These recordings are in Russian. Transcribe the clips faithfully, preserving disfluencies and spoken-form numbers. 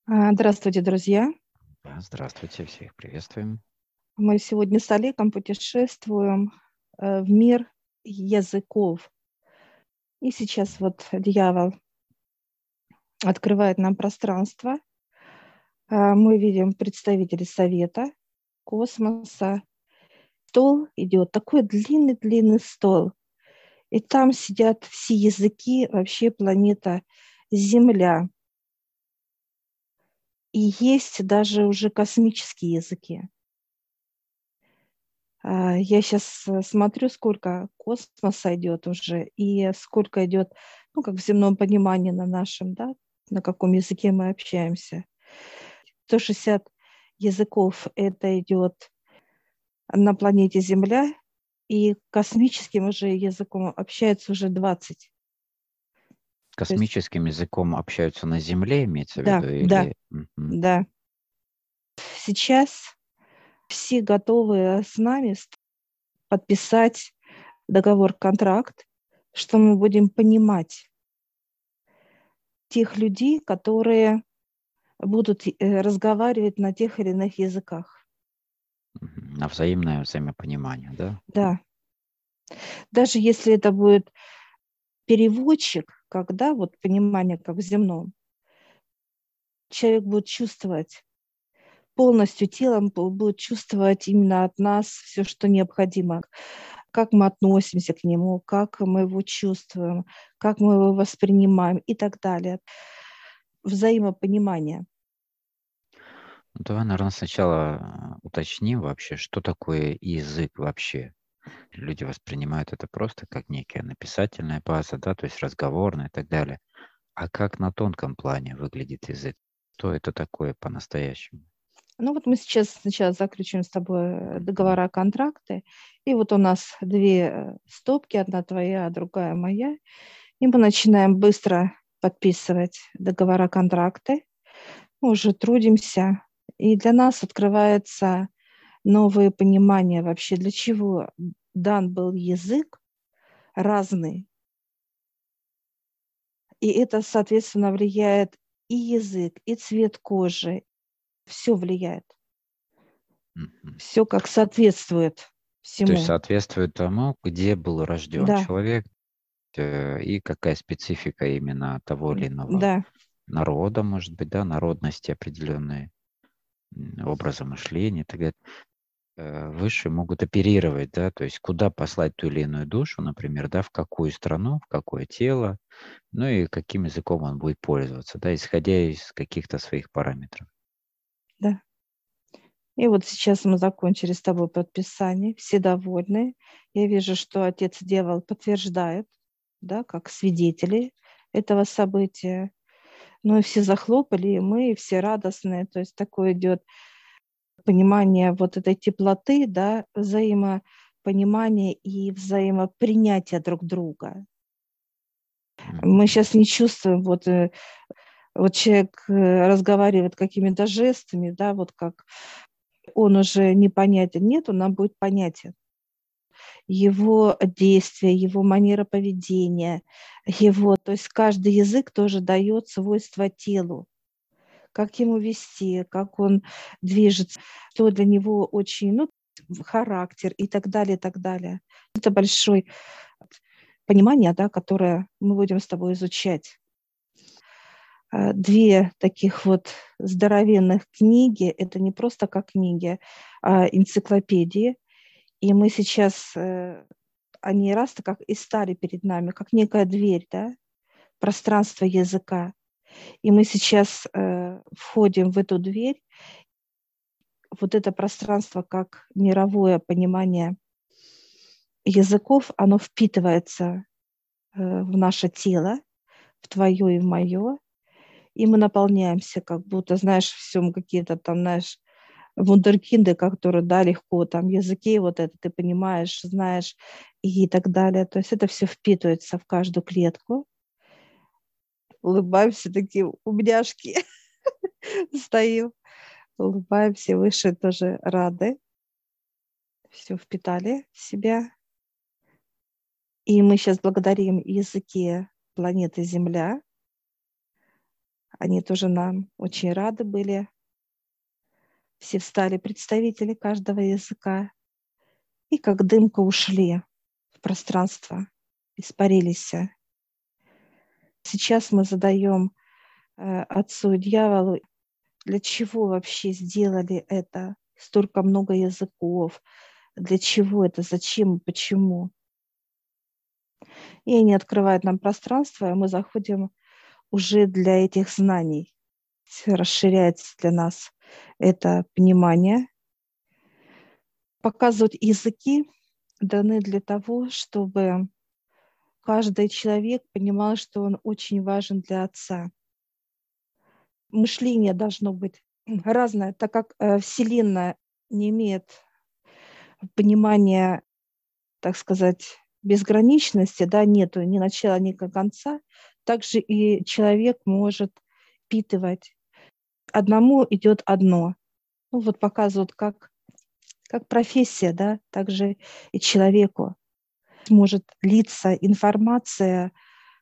А, Здравствуйте, друзья! Да, здравствуйте, всех приветствуем. Мы сегодня с Олегом путешествуем э, в мир языков. И сейчас вот дьявол открывает нам пространство. А, Мы видим представителей Совета, космоса. Стол идет, такой длинный-длинный стол. И там сидят все языки, вообще планета Земля. И есть даже уже космические языки. А, Я сейчас смотрю, сколько космоса идет уже, и сколько идет, ну, как в земном понимании на нашем, да, на каком языке мы общаемся. сто шестьдесят языков это идет на планете Земля, и космическим уже языком общается уже двадцать. То есть, Космическим языком общаются на Земле, имеется в да, виду, да, или... Мгм. да. Сейчас все готовы с нами подписать договор-контракт, что мы будем понимать тех людей, которые будут э, разговаривать на тех или иных языках. Мгм. На взаимное взаимопонимание, да? Да. Даже если это будет переводчик, когда вот понимание как в земном, человек будет чувствовать полностью телом, бу- будет чувствовать именно от нас все, что необходимо, как мы относимся к нему, как мы его чувствуем, как мы его воспринимаем и так далее. Взаимопонимание. Ну, давай, наверное, сначала э, уточним вообще, что такое язык вообще. Люди воспринимают это просто как некая написательная база, да, то есть разговорная и так далее. А как на тонком плане выглядит язык? Что это такое по-настоящему? Ну вот мы сейчас сначала заключим с тобой э, Мгм. договора, контракты, и вот у нас две э, стопки, одна твоя, а другая моя, и мы начинаем быстро подписывать договора, контракты, мы уже трудимся, и для нас открывается новое понимание вообще, для чего дан был язык разный, и это, соответственно, влияет и язык, и цвет кожи, все влияет, Мгм. все как соответствует То есть всему. соответствует тому, где был рожден Да, человек, э, и какая специфика именно того или иного да, народа, может быть, да, народности определенные, м, образа мышления и так далее. Э, Выше могут оперировать, да, то есть куда послать ту или иную душу, например, да, в какую страну, в какое тело, ну и каким языком он будет пользоваться, да, исходя из каких-то своих параметров. да. И вот сейчас мы закончили с тобой подписание, все довольны. Я вижу, что отец дьявол подтверждает, да, как свидетели этого события. Ну и все захлопали, и мы, и все радостные. То есть такое идет понимание вот этой теплоты, да, взаимопонимание и взаимопринятие друг друга. Мы Мгм. сейчас не чувствуем, вот, э, вот человек э, разговаривает какими-то жестами, да, вот как он уже непонятен. Нет, он нам будет понятен. Его действия, его манера поведения, его, то есть каждый язык тоже дает свойства телу, как ему вести, как он движется, что для него очень, ну, характер и так далее, и так далее. Это большое понимание, да, которое мы будем с тобой изучать. А, Две таких вот здоровенных книги, это не просто как книги, а энциклопедии. И мы сейчас э, они раз-то как и стали перед нами, как некая дверь, да, пространство языка. И мы сейчас э, входим в эту дверь, вот это пространство как мировое понимание языков, оно впитывается э, в наше тело, в твое и в мое, и мы наполняемся, как будто, знаешь, все мы какие-то там, знаешь, вундеркинды, которые, да, легко, там, языки, вот это ты понимаешь, знаешь, и так далее. То есть это все впитывается в каждую клетку. Улыбаемся, такие умняшки. Стоим, улыбаемся, выше тоже рады. Все впитали в себя. И мы сейчас благодарим языки планеты Земля, Они тоже нам очень рады были. Все встали представители каждого языка и как дымка ушли в пространство, испарились. Сейчас мы задаем э, Отцу и Дьяволу, для чего вообще сделали это, столько много языков, для чего это, зачем и почему. И они открывают нам пространство, и мы заходим уже для этих знаний. Расширяется для нас это понимание. Показывают языки даны для того, чтобы каждый человек понимал, что он очень важен для Отца. Мышление должно быть разное, так как э, Вселенная не имеет понимания, так сказать, безграничности, да, нету ни начала, ни конца, также и человек может впитывать. Одному идет одно. Ну, вот показывают, как, как профессия, да, также и человеку может литься информация,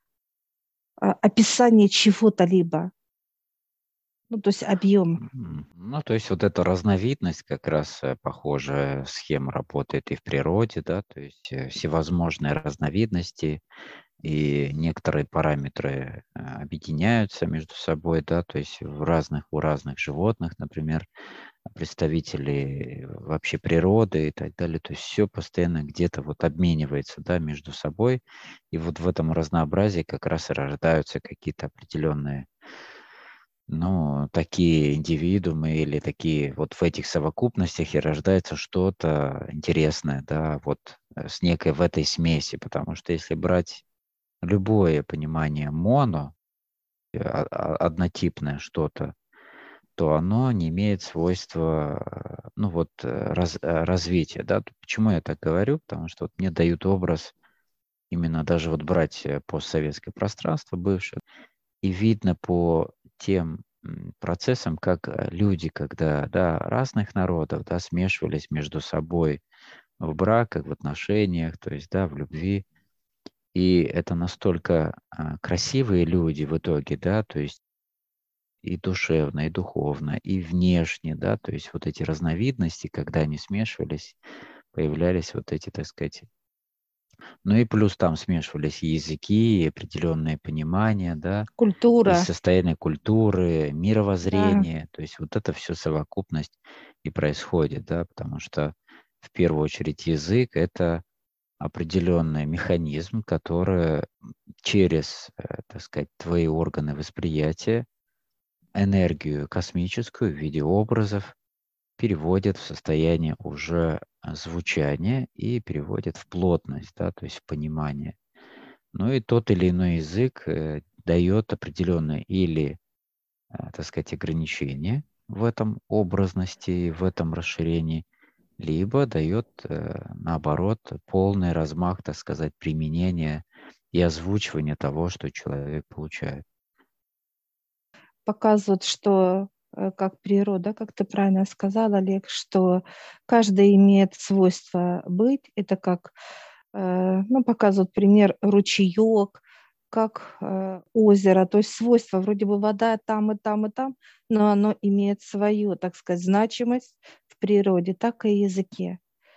а, описание чего-то либо, ну, то есть объем. М, Ну, то есть вот эта разновидность, как раз э, похожая схема работает и в природе, да, то есть э, всевозможные разновидности, и некоторые параметры э, объединяются между собой, да, то есть в разных, у разных животных, например, представителей вообще природы и так далее, то есть все постоянно где-то вот обменивается, да, между собой, и вот в этом разнообразии как раз и рождаются какие-то определенные, ну, такие индивидуумы или такие вот в этих совокупностях и рождается что-то интересное, да, вот э, с некой в этой смеси, потому что если брать любое понимание моно, э, а- а- однотипное что-то, то оно не имеет свойства, э, ну вот, э, раз- э, развития, да. Почему я так говорю? Потому что вот мне дают образ именно даже вот брать э, постсоветское пространство бывшее, и видно по тем м, процессам, как э, люди, когда, да, разных народов, да, смешивались между собой в браках, в отношениях, то есть, да, в любви. И это настолько а, красивые люди в итоге, да, то есть и душевно, и духовно, и внешне, да, то есть вот эти разновидности, когда они смешивались, появлялись вот эти, так сказать, ну и плюс там смешивались и языки, и определенные понимания, да, и Культура, состояние культуры, да, мировоззрение, то есть вот это все совокупность и происходит, да, потому что в первую очередь язык — это определенный механизм, который через, э, так сказать, твои органы восприятия энергию космическую в виде образов переводит в состояние уже а, звучания и переводит в плотность, да, то есть в понимание. Ну и тот или иной язык э, дает определенные или, а, так сказать, ограничения в этом образности, в этом расширении, либо дает, э, наоборот, полный размах, так сказать, применения и озвучивания того, что человек получает. показывают, что э, как природа, как ты правильно сказала, Олег, что каждый имеет свойство быть. Это как, э, ну, показывают пример ручеек, как э, озеро, то есть свойства, вроде бы вода там и там и там, но оно имеет свою, так сказать, значимость в природе, так и языке.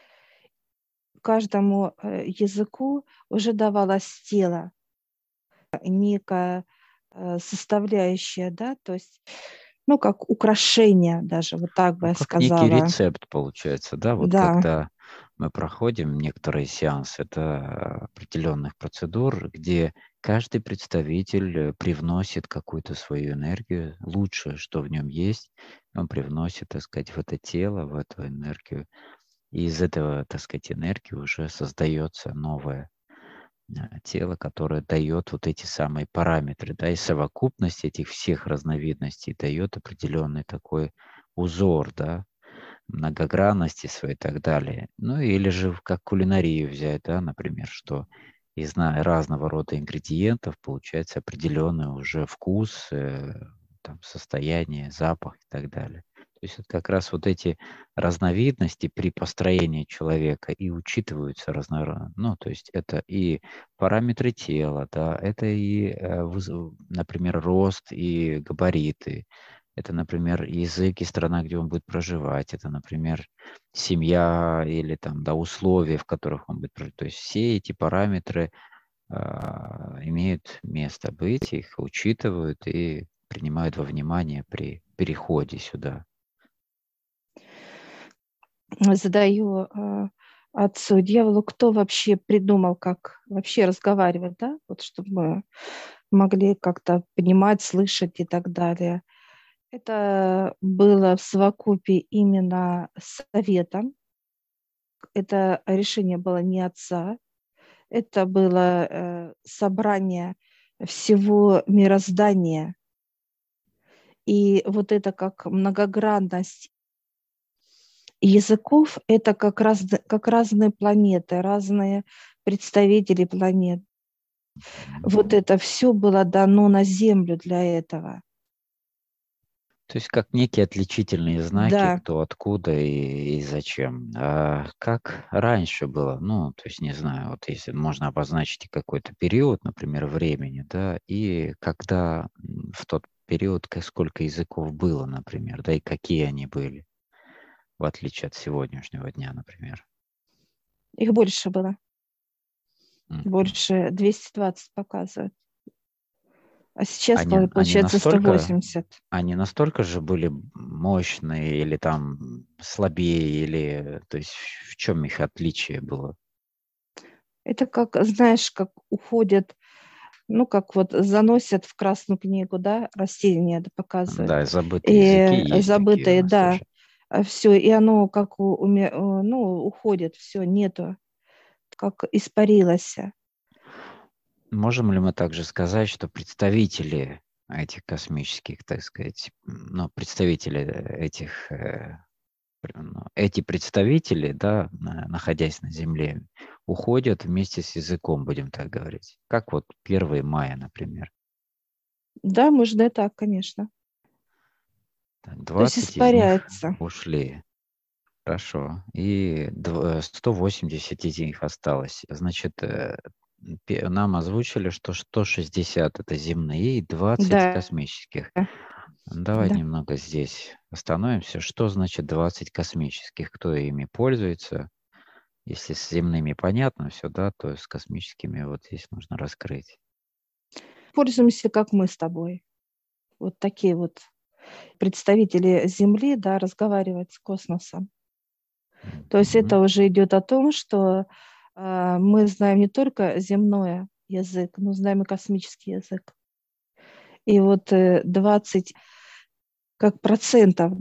Каждому э, языку уже давалось тело, некая э, составляющая, да, то есть, ну, как украшение даже, вот так бы Ну, я как некий сказала. рецепт получается, да, вот Да, когда мы проходим некоторые сеансы, это определенных процедур, где каждый представитель э, привносит какую-то свою энергию, лучшее, что в нем есть, он привносит, так сказать, в это тело, в эту энергию, и из этого, так сказать, энергии уже создается новое а, тело, которое дает вот эти самые параметры, да, и совокупность этих всех разновидностей дает определенный такой узор, да, многогранности своей и так далее. Ну или же в- как кулинарию взять, да, например, что из на- разного рода ингредиентов получается определенный уже вкус, э, там, состояние, запах и так далее. То есть это как раз вот эти разновидности при построении человека и учитываются разно, ну, то есть это и параметры тела, да, это и, э, выз- например, рост и габариты, это, например, язык и страна, где он будет проживать, это, например, семья или там, да, условия, в которых он будет проживать. То есть все эти параметры а, имеют место быть, их учитывают и принимают во внимание при переходе сюда. Задаю э, отцу дьяволу, кто вообще придумал, как вообще разговаривать, да, вот чтобы мы могли как-то понимать, слышать и так далее. Это было в совокупе именно с советом. Это решение было не отца, это было э, собрание всего мироздания. И вот это как многогранность языков, это как, раз, как разные планеты, разные представители планет. Вот это все было дано на Землю для этого. То есть как некие отличительные знаки, Да, кто откуда и, и зачем. А как раньше было? Ну, то есть не знаю, вот если можно обозначить какой-то период, например, времени, да, и когда м, в тот период ка- сколько языков было, например, да, и какие они были, в отличие от сегодняшнего дня, например. их больше было. Мгм. Больше двести двадцать показывает. А сейчас, Они, они получается, настолько, сто восемьдесят. они настолько же были мощные или там слабее, или, то есть в чем их отличие было? Это как, знаешь, как уходят, ну, как вот заносят в Красную книгу, да, растения это показывают. Да, забытые языки И есть такие у забытые, нас да, тоже. все, и оно как у, уме- э, ну, уходит, все, нету, как испарилось. Можем ли мы также сказать, что представители этих космических, так сказать, м, ну, представители этих, э, пр- ну, эти представители, да, на- находясь на Земле, уходят вместе с языком, будем так говорить. Как вот первое мая, например. Да, можно и так, конечно. Так, То есть двадцать из них испаряется. ушли. Хорошо. И дв- сто восемьдесят из них осталось. Значит, э, пе- нам озвучили, что сто шестьдесят это земные и двадцать Да, космических. Давай да. немного здесь остановимся. Что значит двадцать космических? Кто ими пользуется? Если с земными понятно все, да, то с космическими вот здесь нужно раскрыть. Пользуемся, как мы с тобой. Вот такие вот представители Земли, да, разговаривать с космосом. То есть это Мгм. уже идет о том, что э, мы знаем не только земной язык, но знаем и космический язык. И вот э, двадцать как процентов,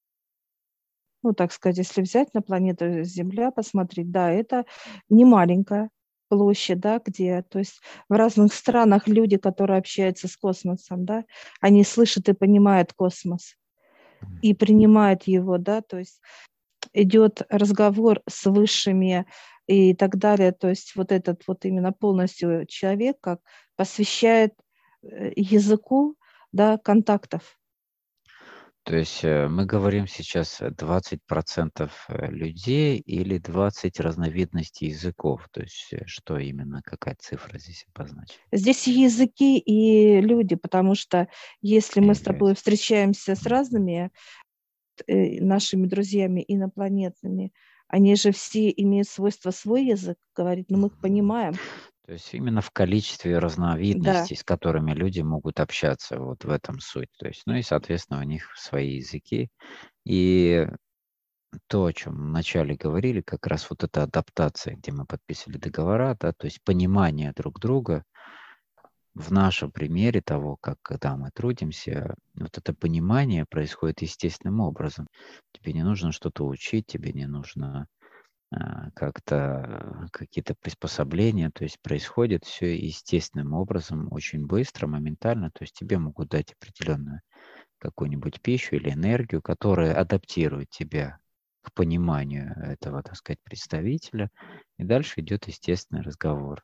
ну, так сказать, если взять на планету Земля, посмотреть, да, это не маленькая площадь, да, где, то есть в разных странах люди, которые общаются с космосом, да, они слышат и понимают космос и принимают его, да, то есть идет разговор с высшими и так далее, то есть вот этот вот именно полностью человек как посвящает э, языку, да, контактов. То есть э, мы говорим сейчас э, двадцать процентов э, людей или двадцать разновидностей языков. То есть э, что именно, какая цифра здесь обозначена? Здесь и языки, и люди, потому что если И мы с люди. тобой встречаемся с Мгм. разными э, нашими друзьями инопланетными, они же все имеют свойство свой язык говорить, но мы их Мгм. понимаем. То есть именно в количестве Да, разновидностей, с которыми люди могут общаться, вот в этом суть. То есть, ну и, соответственно, у них свои языки. И то, о чем вначале говорили, как раз вот эта адаптация, где мы подписывали договора, да, то есть понимание друг друга, в нашем примере того, как когда мы трудимся, вот это понимание происходит естественным образом. Тебе не нужно что-то учить, тебе не нужно а, как-то а, какие-то приспособления, то есть происходит все естественным образом, очень быстро, моментально, то есть тебе могут дать определенную какую-нибудь пищу или энергию, которая адаптирует тебя к пониманию этого, так сказать, представителя, и дальше идет естественный разговор.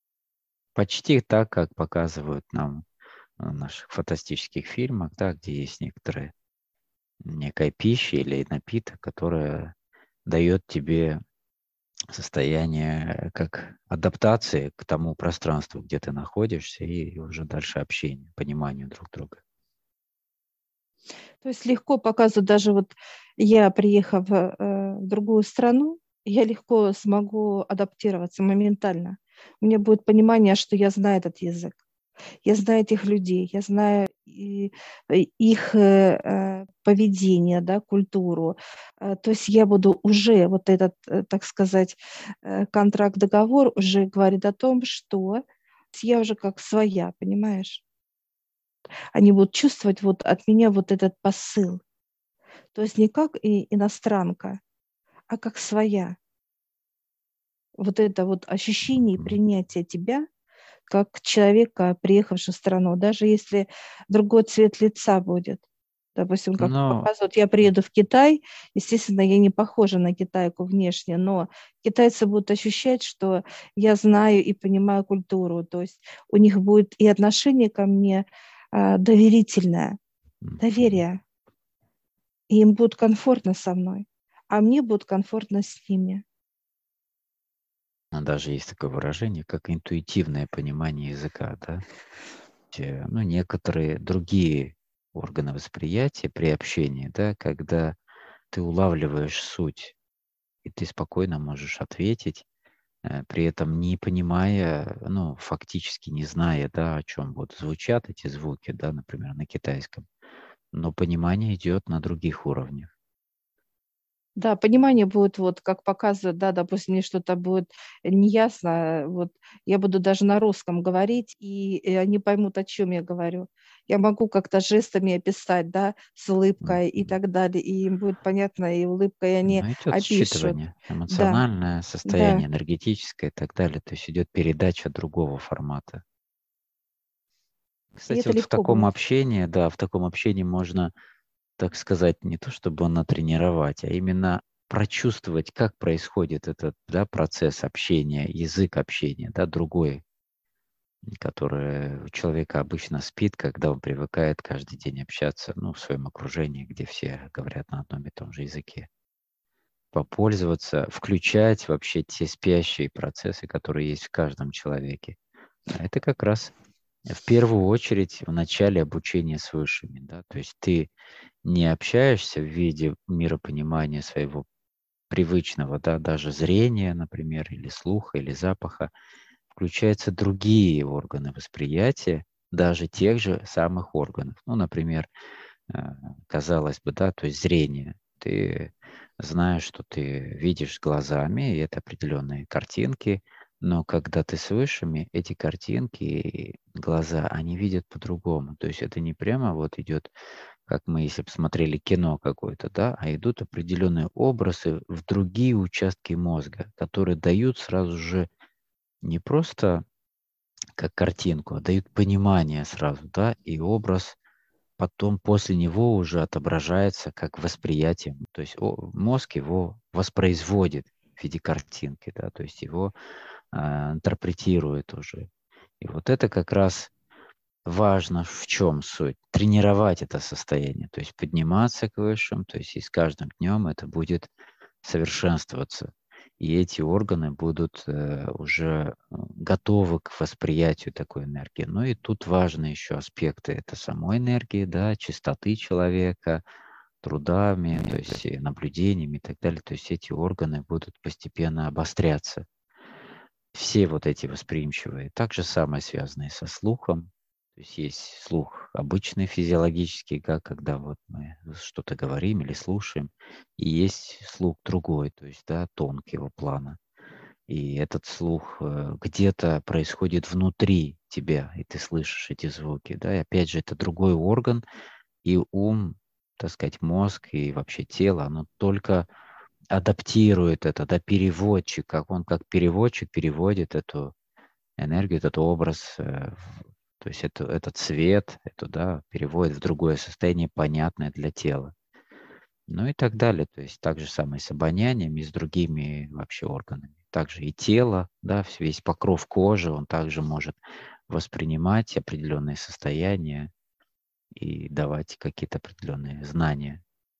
Почти так, как показывают нам в наших фантастических фильмах, да, где есть некоторые некая пища или напиток, которая дает тебе состояние как адаптации к тому пространству, где ты находишься, и уже дальше общение, понимание друг друга. То есть легко показывать, даже вот я, приехав э, в другую страну, я легко смогу адаптироваться моментально. У меня будет понимание, что я знаю этот язык, я знаю этих людей, я знаю и, и их э, э, поведение, да, культуру. Э, то есть я буду уже, вот этот, э, так сказать, э, контракт-договор уже говорит о том, что я уже как своя, понимаешь? Они будут чувствовать вот от меня вот этот посыл. То есть не как и иностранка, а как своя. Вот это вот ощущение и Мгм. принятие тебя как человека, приехавшего в страну, даже если другой цвет лица будет. Допустим, как Но показывают, я приеду в Китай, естественно, я не похожа на китайку внешне, но китайцы будут ощущать, что я знаю и понимаю культуру, то есть у них будет и отношение ко мне а, доверительное, мгм. доверие, и им будет комфортно со мной, а мне будет комфортно с ними. А даже есть такое выражение, как интуитивное понимание языка, да? Те, ну, некоторые другие органы восприятия при общении, да, когда ты улавливаешь суть, и ты спокойно можешь ответить, э, при этом не понимая, ну, фактически не зная, да, о чем будут звучат эти звуки, да, например, на китайском, но понимание идет на других уровнях. Да, понимание будет, вот как показывают, да, допустим, мне что-то будет неясно, вот я буду даже на русском говорить, и, и они поймут, о чем я говорю. Я могу как-то жестами описать, да, с улыбкой и Мгм. так далее, и им будет понятно, и улыбкой они Ну, идет опишут. считывание, Да, эмоциональное да, состояние, энергетическое и так далее. То есть идет передача другого формата. и Кстати, это вот в легко таком будет. общении, да, в таком общении можно, так сказать, не то чтобы натренировать, а именно прочувствовать, как происходит этот, да, процесс общения, язык общения, да, другой, который у человека обычно спит, когда он привыкает каждый день общаться, ну, в своем окружении, где все говорят на одном и том же языке. Попользоваться, включать вообще те спящие процессы, которые есть в каждом человеке. А это как раз в первую очередь в начале обучения с высшими, да, то есть ты не общаешься в виде миропонимания своего привычного, да, даже зрения, например, или слуха, или запаха, включаются другие органы восприятия, даже тех же самых органов. Ну, например, э, казалось бы, да, то есть зрение. Ты знаешь, что ты видишь глазами, и это определенные картинки, но когда ты с высшими, эти картинки, и глаза, они видят по-другому. То есть это не прямо вот идет, как мы, если бы смотрели кино какое-то, да, а идут определенные образы в другие участки мозга, которые дают сразу же не просто как картинку, а дают понимание сразу, да, и образ потом после него уже отображается как восприятие. То есть о- мозг его воспроизводит в виде картинки, да, то есть его а, интерпретирует уже. И вот это как раз важно, в чем суть. Тренировать это состояние, то есть подниматься к высшим, то есть и с каждым днем это будет совершенствоваться. И эти органы будут э, уже э, готовы к восприятию такой энергии. Ну и тут важны еще аспекты. Это самой энергии, да, чистоты человека, трудами, то есть и наблюдениями и так далее. То есть эти органы будут постепенно обостряться. Все вот эти восприимчивые. Также самое связанное со слухом. То есть есть слух обычный физиологический, да, когда вот мы что-то говорим или слушаем, и есть слух другой, то есть да, тонкого плана. И этот слух э, где-то происходит внутри тебя, и ты слышишь эти звуки. Да? И опять же, это другой орган, и ум, так сказать, мозг и вообще тело, оно только адаптирует это, да, переводчик, как он как переводчик переводит эту энергию, этот образ, э, в- то есть это, этот цвет, это, да, переводит в другое состояние, понятное для тела. Ну и так далее. То есть так же самое с обонянием и с другими вообще органами. Также и тело, да, вс- весь покров кожи, он также может воспринимать определенные состояния и давать какие-то определенные знания.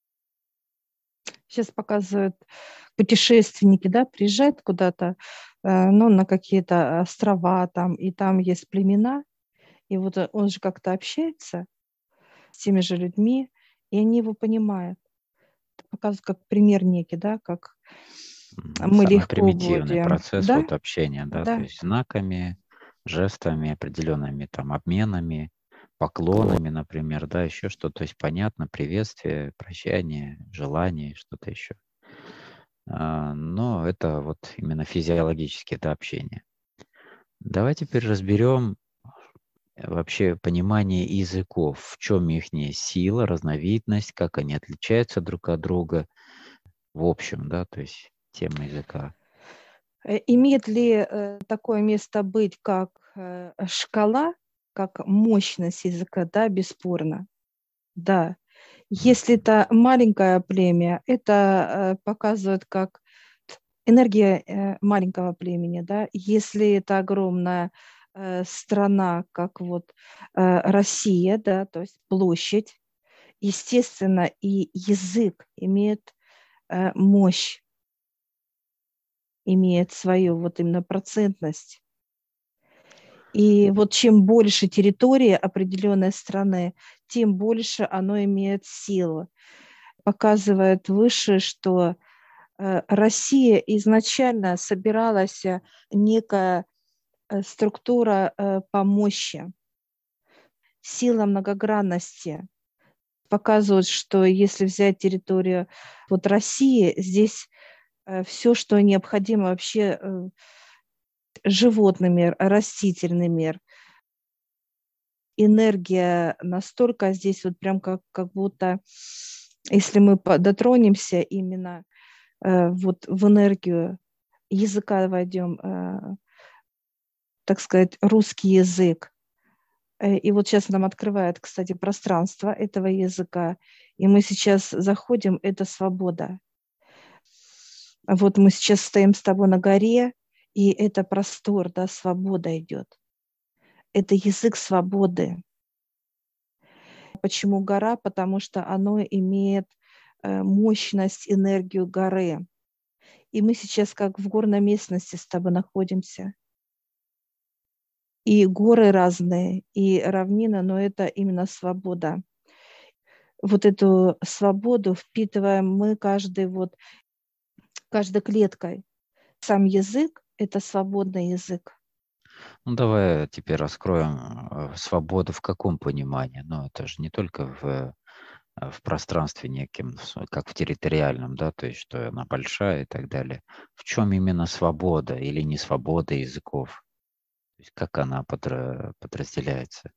Сейчас показывают путешественники, да, приезжают куда-то, э, ну, на какие-то острова там, и там есть племена, и вот э, он же как-то общается с теми же людьми, и они его понимают. Это показывают как пример некий, да, как М, мы Самый легко примитивный будем. процесс Да, вот общения, да, то да. есть знаками, жестами, определенными там обменами, поклонами, например, да, еще что-то, то есть понятно, приветствие, прощание, желание, что-то еще. А, Но это вот именно физиологические, да, общение. Давай теперь разберем э, вообще понимание языков, в чем их сила, разновидность, как они отличаются друг от друга, в общем, да, то есть тема языка. Э, Имеет ли э, такое место быть, как э, шкала, как мощность языка? Да, бесспорно. Да. Если Мгм. это маленькое племя, это э, показывает как энергия э, маленького племени, да. Если это огромная э, страна, как вот э, Россия, да, то есть площадь, естественно, и язык имеет э, мощь, имеет свою вот именно процентность. И вот чем больше территория определенной страны, тем больше оно имеет силу. Показывает выше, что э, Россия изначально собиралась э, некая э, структура э, по мощи, сила многогранности. Показывают, что если взять территорию вот России, здесь все, что необходимо вообще э, животный мир, растительный мир, энергия настолько здесь вот прям как, как будто, если мы по- дотронемся именно э, вот в энергию языка войдем, э, так сказать, русский язык. Э, И вот сейчас нам открывает, кстати, пространство этого языка, и мы сейчас заходим, это свобода. Вот мы сейчас стоим с тобой на горе, и это простор, да, свобода идет. Это язык свободы. Почему гора? Потому что оно имеет э, мощность, энергию горы. И мы сейчас как в горной местности с тобой находимся. И горы разные, и равнина, но это именно свобода. Вот эту свободу впитываем мы каждый вот, каждой клеткой. Сам язык – это свободный язык. Ну, давай теперь раскроем э, свободу в каком понимании. Ну, это же не только в, э, в пространстве неким, в с- как в территориальном, да, то есть что она большая и так далее. В чем именно свобода или не свобода языков? То есть как она подра- подразделяется?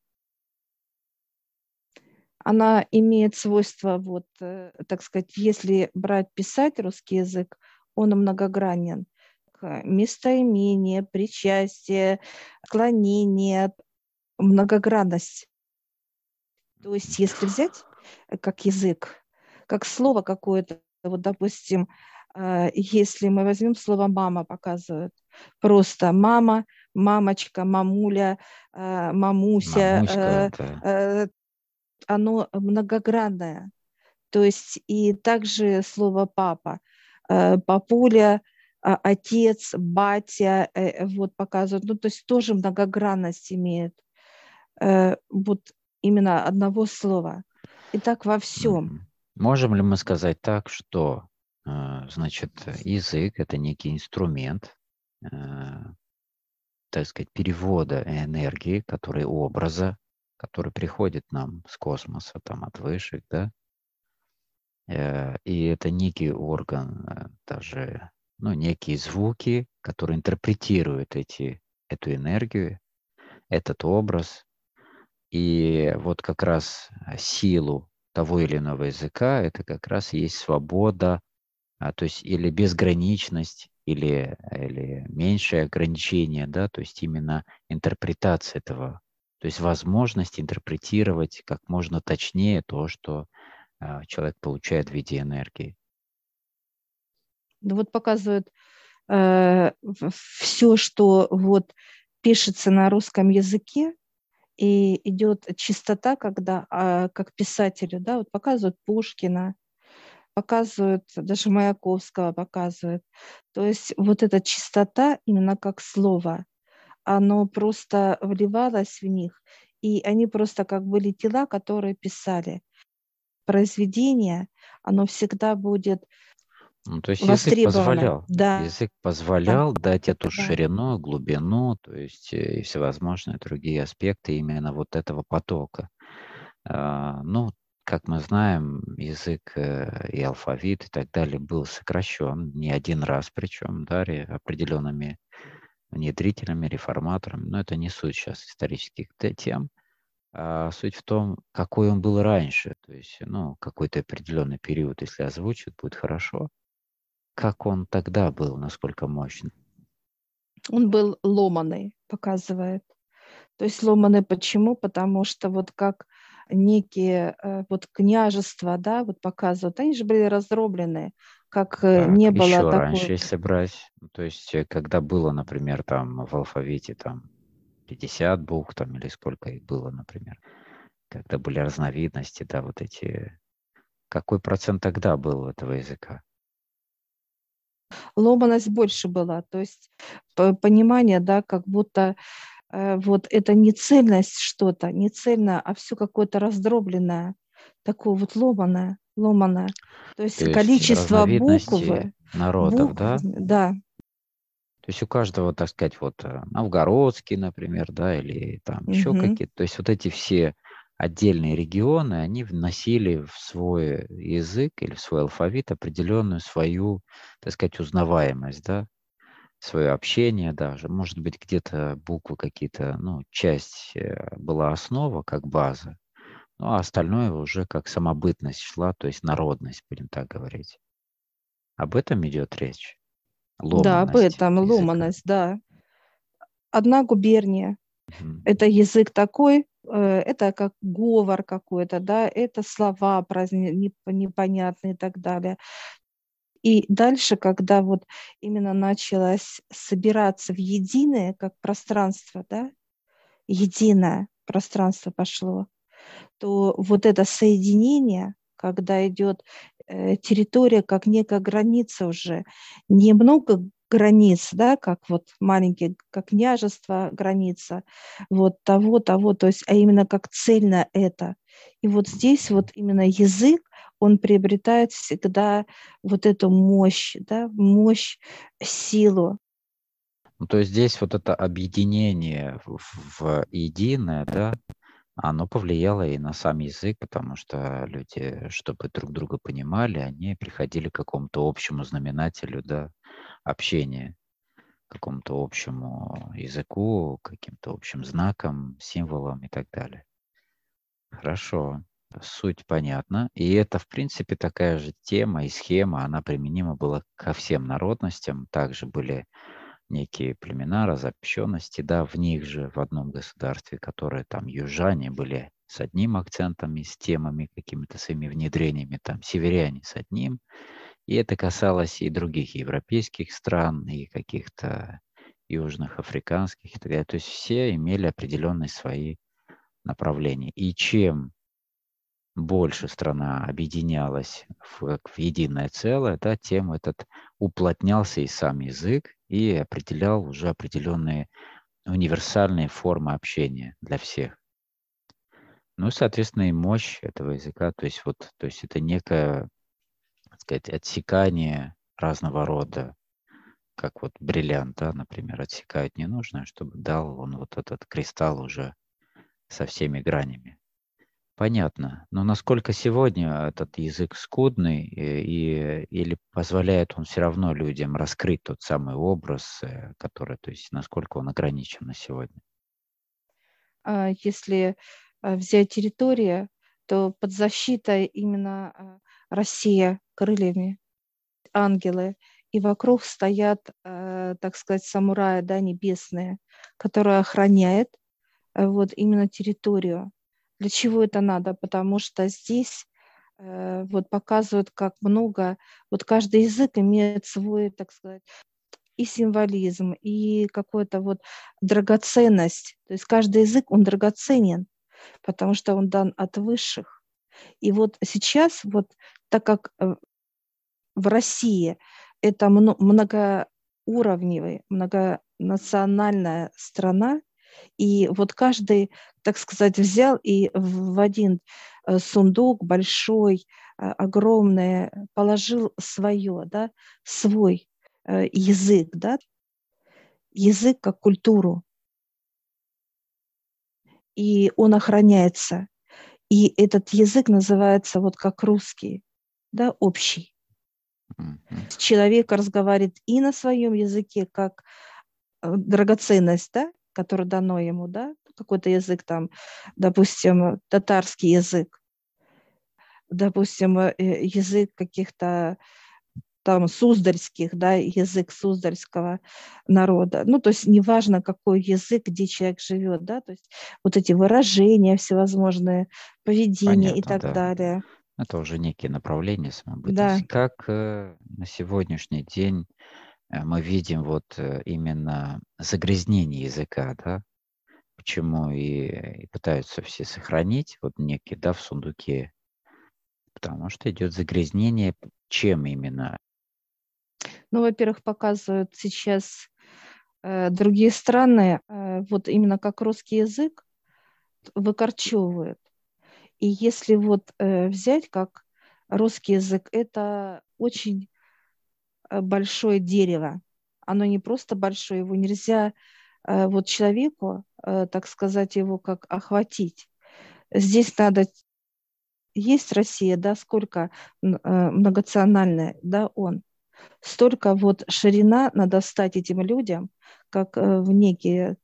Она имеет свойство, вот, э, так сказать, если брать писать русский язык, он многогранен. К- Местоимение, причастие, склонение, многогранность. То есть если взять э, как язык, как слово какое-то, вот, допустим, э, если мы возьмем слово «мама», показывают, просто «мама», «мамочка», «мамуля», э, «мамуся», Мамуська, э, да. э, оно многогранное. То есть и также слово «папа», э, «папуля», а, «отец», «батя», э, вот показывают, ну, то есть тоже многогранность имеет э, вот именно одного слова. И так во всем. Мгм. Можем ли мы сказать так, что, э, значит, язык — это некий инструмент, э, так сказать, перевода энергии, который образа, который приходит нам с космоса, там, от высших, да, Э, и это некий орган, э, даже, ну, некие звуки, которые интерпретируют эти, эту энергию, этот образ. И вот как раз э, силу того или иного языка, это как раз и есть свобода, а, то есть или безграничность, или, или меньшее ограничение, да, то есть именно интерпретация этого, то есть возможность интерпретировать как можно точнее то, что а, человек получает в виде энергии. Ну, вот показывают э, все, что вот пишется на русском языке, и идет чистота, когда, а, как писателю, да, вот показывают Пушкина, показывают, даже Маяковского показывают. То есть вот эта чистота именно как слово, оно просто вливалось в них, и они просто как были тела, которые писали. Произведение, оно всегда будет Ну, то есть язык востребовано. позволял, Да, язык да, позволял дать эту да. ширину, глубину, то есть э, и всевозможные другие аспекты именно вот этого потока. А, Ну, как мы знаем, язык э, и алфавит и так далее был сокращен не один раз, причем, да, ре- определенными внедрителями, реформаторами, но это не суть сейчас исторических т- тем, а суть в том, какой он был раньше, то есть, ну, какой-то определенный период, если озвучит, будет хорошо. Как он тогда был, насколько мощный? Он был ломаный, показывает. То есть ломаный почему? Потому что вот как некие э, вот княжества, да, вот показывают, они же были раздроблены, как э, Так, не было еще такой. раньше, если брать, ну, то есть, э, когда было, например, там в алфавите там пятьдесят букв там или сколько их было, например, когда были разновидности, да, вот эти, какой процент тогда был у этого языка? Ломаность больше была, то есть п- понимание, да, как будто э, вот это не цельность что-то, не цельно, а все какое-то раздробленное, такое вот ломаное, ломаное. То То есть есть количество разновидности буквы, народов, букв, да? да, То есть у каждого, так сказать, вот э, новгородский, например, да, или там еще мгм. какие-то. То есть вот эти все отдельные регионы, они вносили в свой язык или в свой алфавит определенную свою, так сказать, узнаваемость, да, свое общение даже. Может быть, где-то буквы какие-то, ну, часть э, была основа как база, ну, а остальное уже как самобытность шла, то есть народность, будем так говорить. Об этом идет речь, Да, об ломанность этом языка. ломаность, да. Одна губерния. Мгм. Это язык такой, э, это как говор какой-то, да, это слова праздни- неп- непонятные и так далее. И дальше, когда вот именно началось собираться в единое, как пространство, да, единое пространство пошло, то вот это соединение, когда идет э, территория как некая граница уже, немного границ, да, как вот маленькие, как княжество, граница, вот того, того, то есть, а именно как цельно это. И вот здесь вот именно язык, он приобретает всегда вот эту мощь, да, мощь, силу. Ну, то есть здесь вот это объединение в, в единое, да, оно повлияло и на сам язык, потому что люди, чтобы друг друга понимали, они приходили к какому-то общему знаменателю, да, общения, к какому-то общему языку, каким-то общим знакам, символам и так далее. Хорошо, суть понятна. И это, в принципе, такая же тема и схема, она применима была ко всем народностям. Также были некие племена, разобщенности, да, в них же, в одном государстве, которые там южане были с одним акцентом и с темами, какими-то своими внедрениями, там северяне с одним. И это касалось и других европейских стран, и каких-то южных, африканских и так далее. То есть все имели определенные свои направления. И чем больше страна объединялась в, в единое целое, да, тем этот уплотнялся и сам язык и определял уже определенные универсальные формы общения для всех. Ну и, соответственно, и мощь этого языка, то есть вот, то есть это некое, так сказать, отсекание разного рода, как вот бриллиант, да, например, отсекают ненужное, чтобы дал он вот этот кристалл уже со всеми гранями. Понятно. Но насколько сегодня этот язык скудный, э, и, или позволяет он все равно людям раскрыть тот самый образ, э, который, то есть насколько он ограничен на сегодня? А если а, взять территорию, то под защитой именно а, Россия крыльями, ангелы, и вокруг стоят, э, так сказать, самураи, да, небесные, которые охраняют э, вот именно территорию. Для чего это надо? Потому что здесь э, вот показывают, как много, вот каждый язык имеет свой, так сказать, и символизм, и какую-то вот драгоценность. То есть каждый язык, он драгоценен, потому что он дан от высших. И вот сейчас, вот так как э, в России это многоуровневая, многонациональная страна, и вот каждый, так сказать, взял и в один сундук большой, огромный, положил свое, да, свой язык, да, язык как культуру, и он охраняется. И этот язык называется вот как русский, да, общий. Mm-hmm. Человек разговаривает и на своем языке, как драгоценность, да, которая дано ему, да, какой-то язык там, допустим, татарский язык, допустим, язык каких-то там суздальских, да, язык суздальского народа. Ну, то есть неважно, какой язык, где человек живет, да, то есть вот эти выражения всевозможные, поведение Понятно, и так да. далее. Это уже некие направления самобытности. Да. Как э, на сегодняшний день э, мы видим вот э, именно загрязнение языка, да? Почему и, и пытаются все сохранить вот некие, да, в сундуке, потому что идет загрязнение. Чем именно? Ну, во-первых, показывают сейчас э, другие страны, э, вот именно как русский язык выкорчевывают. И если вот э, взять как русский язык, это очень большое дерево. Оно не просто большое, его нельзя э, вот человеку, э, так сказать, его как охватить. Здесь надо, есть Россия, да, сколько э, многонациональная, да, он. Столько вот ширина надо стать этим людям, как э, в некий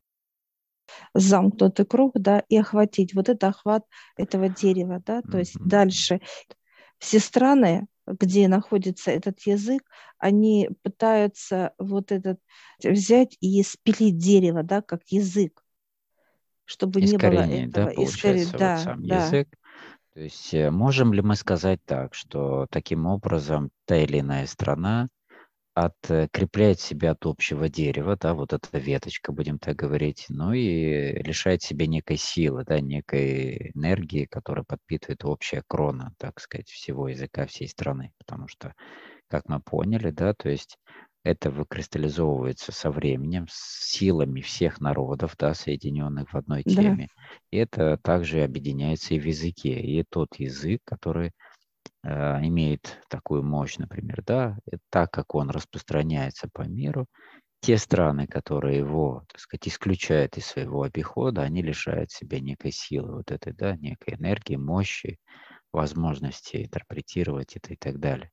замкнутый круг, да, и охватить. Вот это охват этого дерева, да, то есть Мгм. дальше все страны, где находится этот язык, они пытаются вот этот взять и спилить дерево, да, как язык, чтобы не было Искоренить, да, этого искорить. получается, вот Да, сам да, язык. То есть э, можем ли мы сказать так, что таким образом та или иная страна открепляет себя от общего дерева, да, вот эта веточка, будем так говорить, ну и лишает себя некой силы, да, некой энергии, которая подпитывает общая крона, так сказать, всего языка всей страны, потому что, как мы поняли, да, то есть это выкристаллизовывается со временем, с силами всех народов, да, соединенных в одной да. теме, и это также объединяется и в языке, и тот язык, который э, имеет такую мощь, например, да, и так как он распространяется по миру, те страны, которые его, так сказать, исключают из своего обихода, они лишают себя некой силы, вот этой, да, некой энергии, мощи, возможности интерпретировать это и так далее.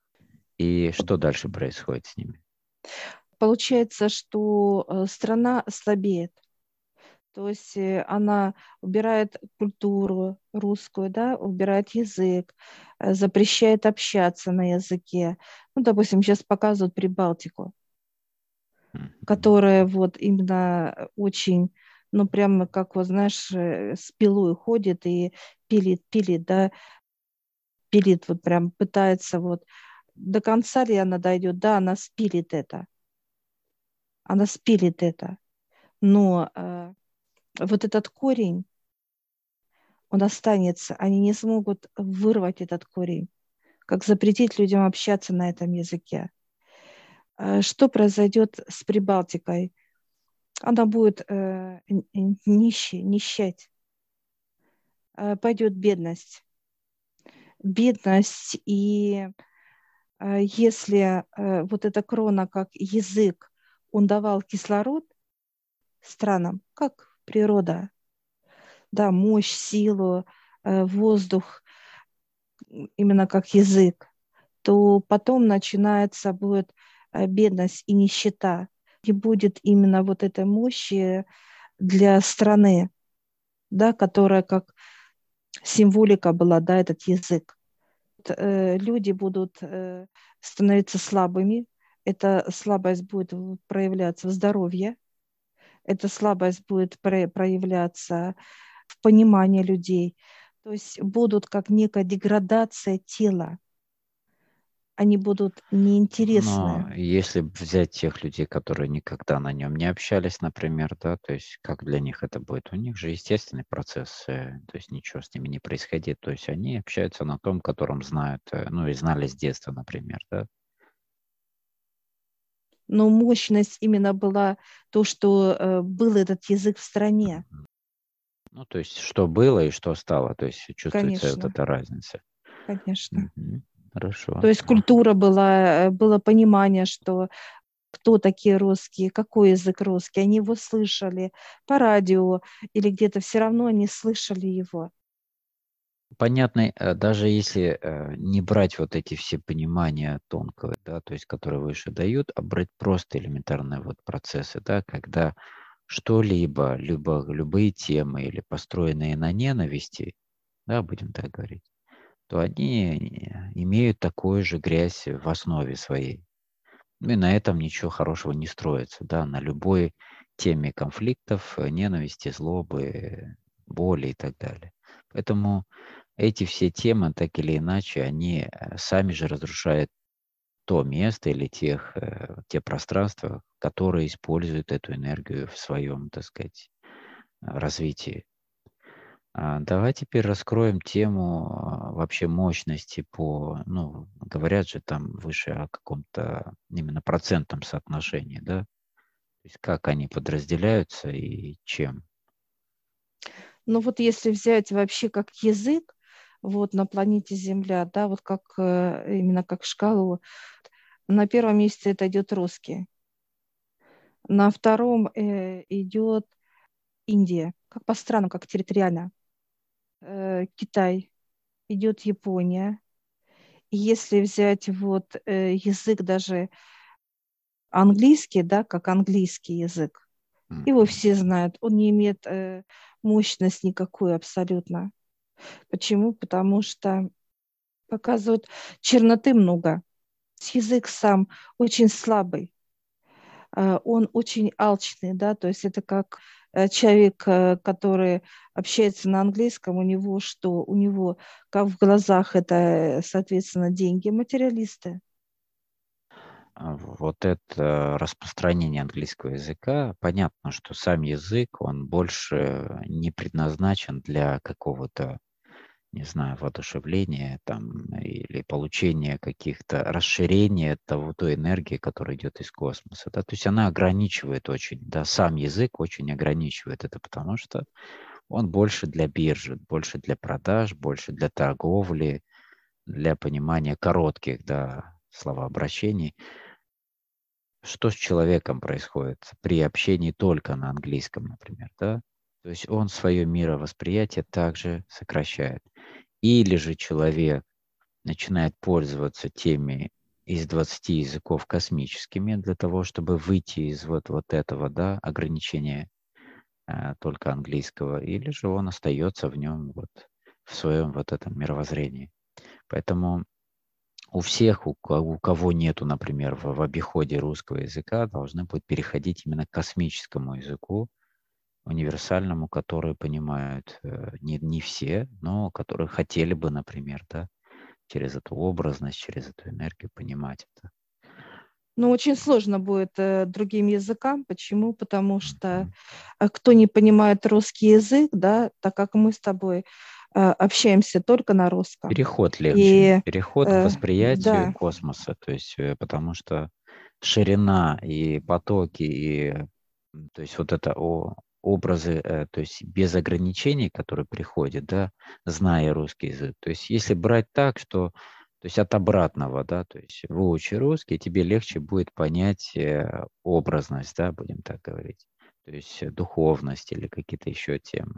И что дальше происходит с ними? Получается, что э, страна слабеет. То есть э, она убирает культуру русскую, да, убирает язык, э, запрещает общаться на языке. Ну, допустим, сейчас показывают Прибалтику, Мгм. которая вот именно очень, ну, прямо как, вот знаешь, э, с пилой ходит и пилит, пилит, да, пилит, вот прям пытается вот до конца ли она дойдет, да, она спилит это, она спилит это, но э, вот этот корень, он останется, они не смогут вырвать этот корень, как запретить людям общаться на этом языке. Э, Что произойдет с Прибалтикой? Она будет э, нищей, нищать, э, пойдет бедность. Бедность, и э, если э, вот эта крона как язык, он давал кислород странам, как природа, да, мощь, силу, э, воздух, именно как язык, то потом начинается будет э, бедность и нищета. И будет именно вот этой мощи для страны, да, которая как символика была, да, этот язык. Э, люди будут э, становиться слабыми, эта слабость будет проявляться в здоровье, эта слабость будет проявляться в понимании людей. То есть будут как некая деградация тела. они будут неинтересны. Но если взять тех людей, которые никогда на нем не общались, например, да, то есть как для них это будет? У них же естественный процесс, э, то есть ничего с ними не происходит. То есть они общаются на том, котором знают, э, ну и знали с детства, например, да. Но мощность именно была то, что э, был этот язык в стране. Мгм. Ну, то есть что было и что стало, то есть чувствуется вот Конечно, эта разница. конечно. Мгм. То Хорошо. есть культура была, э, было понимание, что кто такие русские, какой язык русский. Они его слышали по радио или где-то, все равно они слышали его. Понятно, э, даже если э, не брать вот эти все понимания тонкого, да, то есть которые выше дают, а брать просто элементарные вот процессы, да, когда что-либо, либо любые темы или построенные на ненависти, да, будем так говорить, то они э, имеют такую же грязь в основе своей. Ну и на этом ничего хорошего не строится, да, на любой теме конфликтов, э, ненависти, злобы, э, боли и так далее. Поэтому эти все темы, так или иначе, они э, сами же разрушают то место или тех, э, те пространства, которые используют эту энергию в своем, так сказать, э, развитии. А, Давай теперь раскроем тему а, вообще мощности по, ну, говорят же там выше о каком-то именно процентном соотношении, да? То есть как они подразделяются и чем? Но вот если взять вообще как язык, вот на планете Земля, да, вот как э, именно как шкалу, на первом месте это идет русский, на втором э, идет Индия, как по странам, как территориально, э, Китай, идет Япония. И если взять вот э, язык даже английский, да, как английский язык, его Мгм. все знают, он не имеет э, мощность никакую абсолютно. Почему? Потому что показывают черноты много. Язык сам очень слабый, э, он очень алчный, да, то есть это как э, человек, э, который общается на английском, у него что? У него как в глазах это, э, соответственно, деньги, материалисты. А Вот это распространение английского языка, понятно, что сам язык, он больше не предназначен для какого-то, не знаю, воодушевления там или получения каких-то расширения того, той энергии, которая идет из космоса. Да? То есть она ограничивает очень, да, сам язык очень ограничивает это, потому что он больше для биржи, больше для продаж, больше для торговли, для понимания коротких, да, словообращений. Что с человеком происходит при общении только на английском, например, да? То есть он свое мировосприятие также сокращает. Или же человек начинает пользоваться теми из двадцати языков космическими для того, чтобы выйти из вот, вот этого, да, ограничения а, только английского, или же он остается в нем вот в своем вот этом мировоззрении. Поэтому у всех, у кого, у кого нету, например, в, в обиходе русского языка, должны будут переходить именно к космическому языку, универсальному, который понимают э, не, не все, но которые хотели бы, например, да, через эту образность, через эту энергию понимать это. Но очень сложно будет э, другим языкам. Почему? Потому что Мгм. э, кто не понимает русский язык, да, так как мы с тобой э, общаемся только на русском. Переход легче, И переход к э, восприятию да, космоса, то есть э, потому что ширина и потоки, и м, то есть вот это о, образы, э, то есть без ограничений, которые приходят, да, зная русский язык. То есть если брать так, что, то есть от обратного, да, то есть выучи русский, тебе легче будет понять э, образность, да, будем так говорить, то есть э, духовность или какие-то еще темы.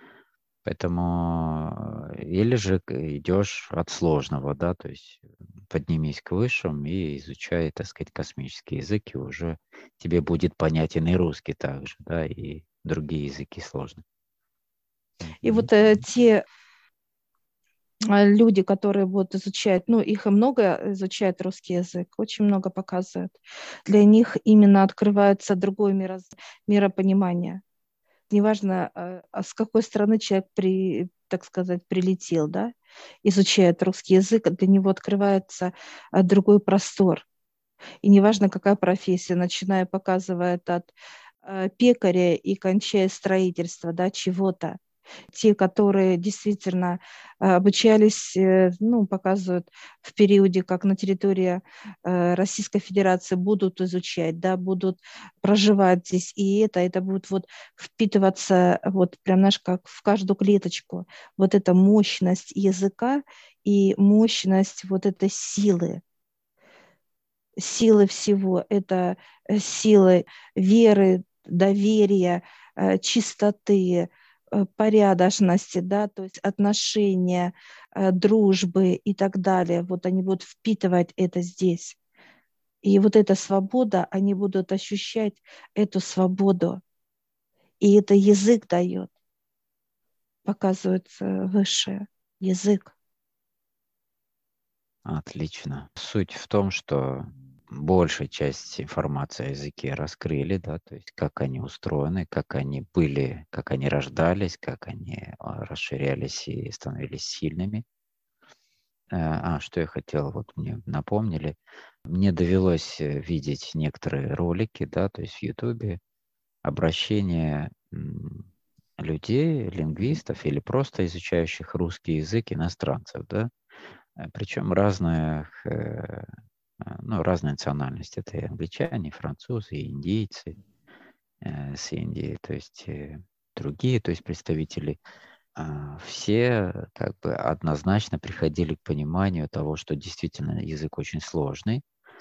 Поэтому э, или же к- идешь от сложного, да, то есть э, поднимись к высшим и изучай, так сказать, космический язык, и уже тебе будет понятен и русский также, да, и другие языки сложные. и Мгм. вот э, те э, люди, которые будут изучать, ну, их и много изучают русский язык, очень много показывают. Для них именно открывается другое мироз- миропонимание. Неважно, э, а с какой стороны человек при, так сказать, прилетел, да, изучает русский язык, для него открывается а, другой простор. И неважно, какая профессия, начиная, показывает от а, пекаря и кончая строительство, да, чего-то. Те, которые действительно э, обучались, э, ну, показывают в периоде, как на территории э, Российской Федерации будут изучать, да, будут проживать здесь, и это, это будет вот впитываться вот прям, знаешь, как в каждую клеточку. Вот эта мощность языка и мощность вот этой силы, силы всего, это э, силы веры, доверия, э, чистоты, э, порядочности, да, то есть отношения, э, дружбы и так далее. Вот они будут впитывать это здесь. И вот эта свобода, они будут ощущать эту свободу. И это язык дает, показывается выше язык. Отлично. Суть в том, что большая часть информации о языке раскрыли, да, то есть как они устроены, как они были, как они рождались, как они а, расширялись и становились сильными. Э, А, что я хотел, вот мне напомнили. Мне довелось э, видеть некоторые ролики, да, то есть в Ютубе, обращение м, людей, лингвистов или просто изучающих русский язык иностранцев, да, Э, причем разных, э, э, ну, разной национальности. Это и англичане, и французы, и индейцы э, с Индии, то есть э, другие, то есть представители. А, Все как бы однозначно приходили к пониманию того, что действительно язык очень сложный,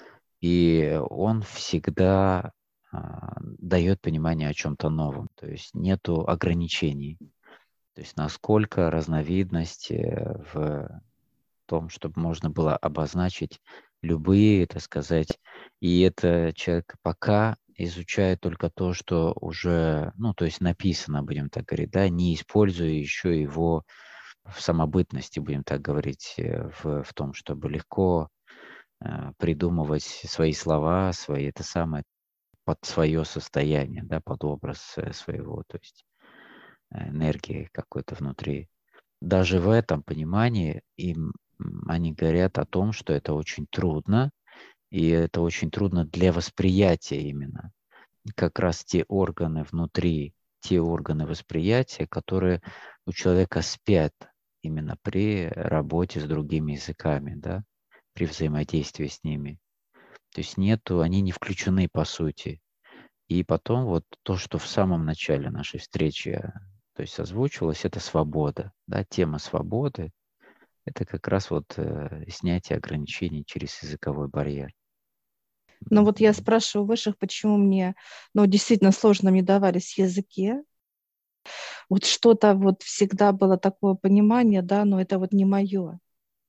и он всегда а, дает понимание о чем-то новом, то есть нету ограничений, то есть насколько разновидность э, в том, чтобы можно было обозначить любые, так сказать, и это человек пока изучает только то, что уже, ну, то есть написано, будем так говорить, да, не используя еще его в самобытности, будем так говорить, э, в, в том, чтобы легко э, придумывать свои слова, свои, это самое, под свое состояние, да, под образ э, своего, то есть э, энергии какой-то внутри. Даже в этом понимании им м, они говорят о том, что это очень трудно, и это очень трудно для восприятия именно. Как раз те органы внутри, те органы восприятия, которые у человека спят именно при работе с другими языками, да, при взаимодействии с ними. То есть нету, они не включены по сути. И потом вот то, что в самом начале нашей встречи, то есть озвучивалось, это свобода, да, тема свободы, это как раз вот э, снятие ограничений через языковой барьер. Но вот я спрашиваю высших, почему мне, ну, действительно сложно мне давались языки. Вот что-то вот всегда было такое понимание, да, но это вот не мое.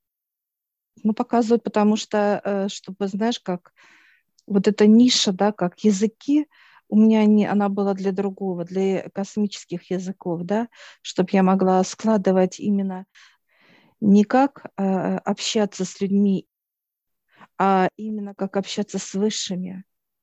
Ну, показывают, потому что, э, чтобы, знаешь, как вот эта ниша, да, как языки, у меня не, она была для другого, для космических языков, да, чтобы я могла складывать именно не как э, общаться с людьми, а именно как общаться с высшими.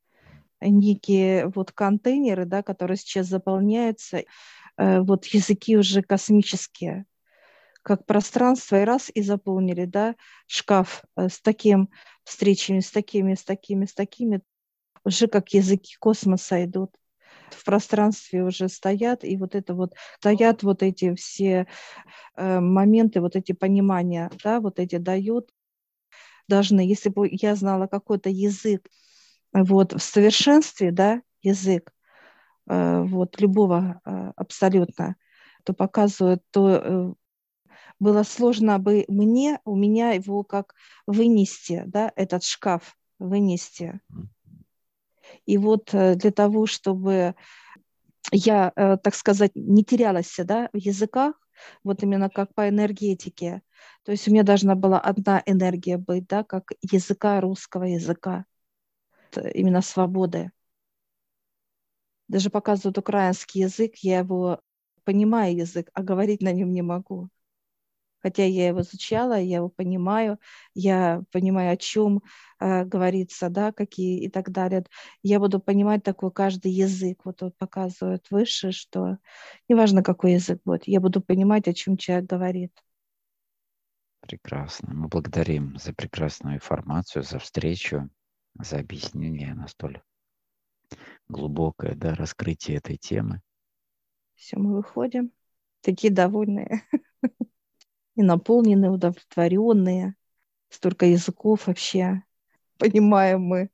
Некие вот контейнеры, да, которые сейчас заполняются, э, вот языки уже космические, как пространство, и раз, и заполнили, да, шкаф э, с таким встречами, с такими, с такими, с такими, уже как языки космоса идут. В пространстве уже стоят, и вот это вот, стоят вот эти все э, моменты, вот эти понимания, да, вот эти дают, должны, если бы я знала какой-то язык, вот, в совершенстве, да, язык, э, вот, любого э, абсолютно, то показывают, то э, было сложно бы мне, у меня его как вынести, да, этот шкаф вынести. И вот э, для того, чтобы я, э, так сказать, не терялась, да, в языках, вот именно как по энергетике. То есть у меня должна была одна энергия быть, да, как языка, русского языка, именно свободы. Даже показывают украинский язык, я его понимаю язык, а говорить на нем не могу. хотя я его изучала, я его понимаю, я понимаю, о чем э, говорится, да, какие и так далее. Я буду понимать такой каждый язык. Вот он показывает выше, что неважно, какой язык будет, я буду понимать, о чем человек говорит. Прекрасно. Мы благодарим за прекрасную информацию, за встречу, за объяснение на столь глубокое, да, раскрытие этой темы. Все, мы выходим, такие довольные и наполненные, удовлетворенные. Столько языков вообще понимаем мы.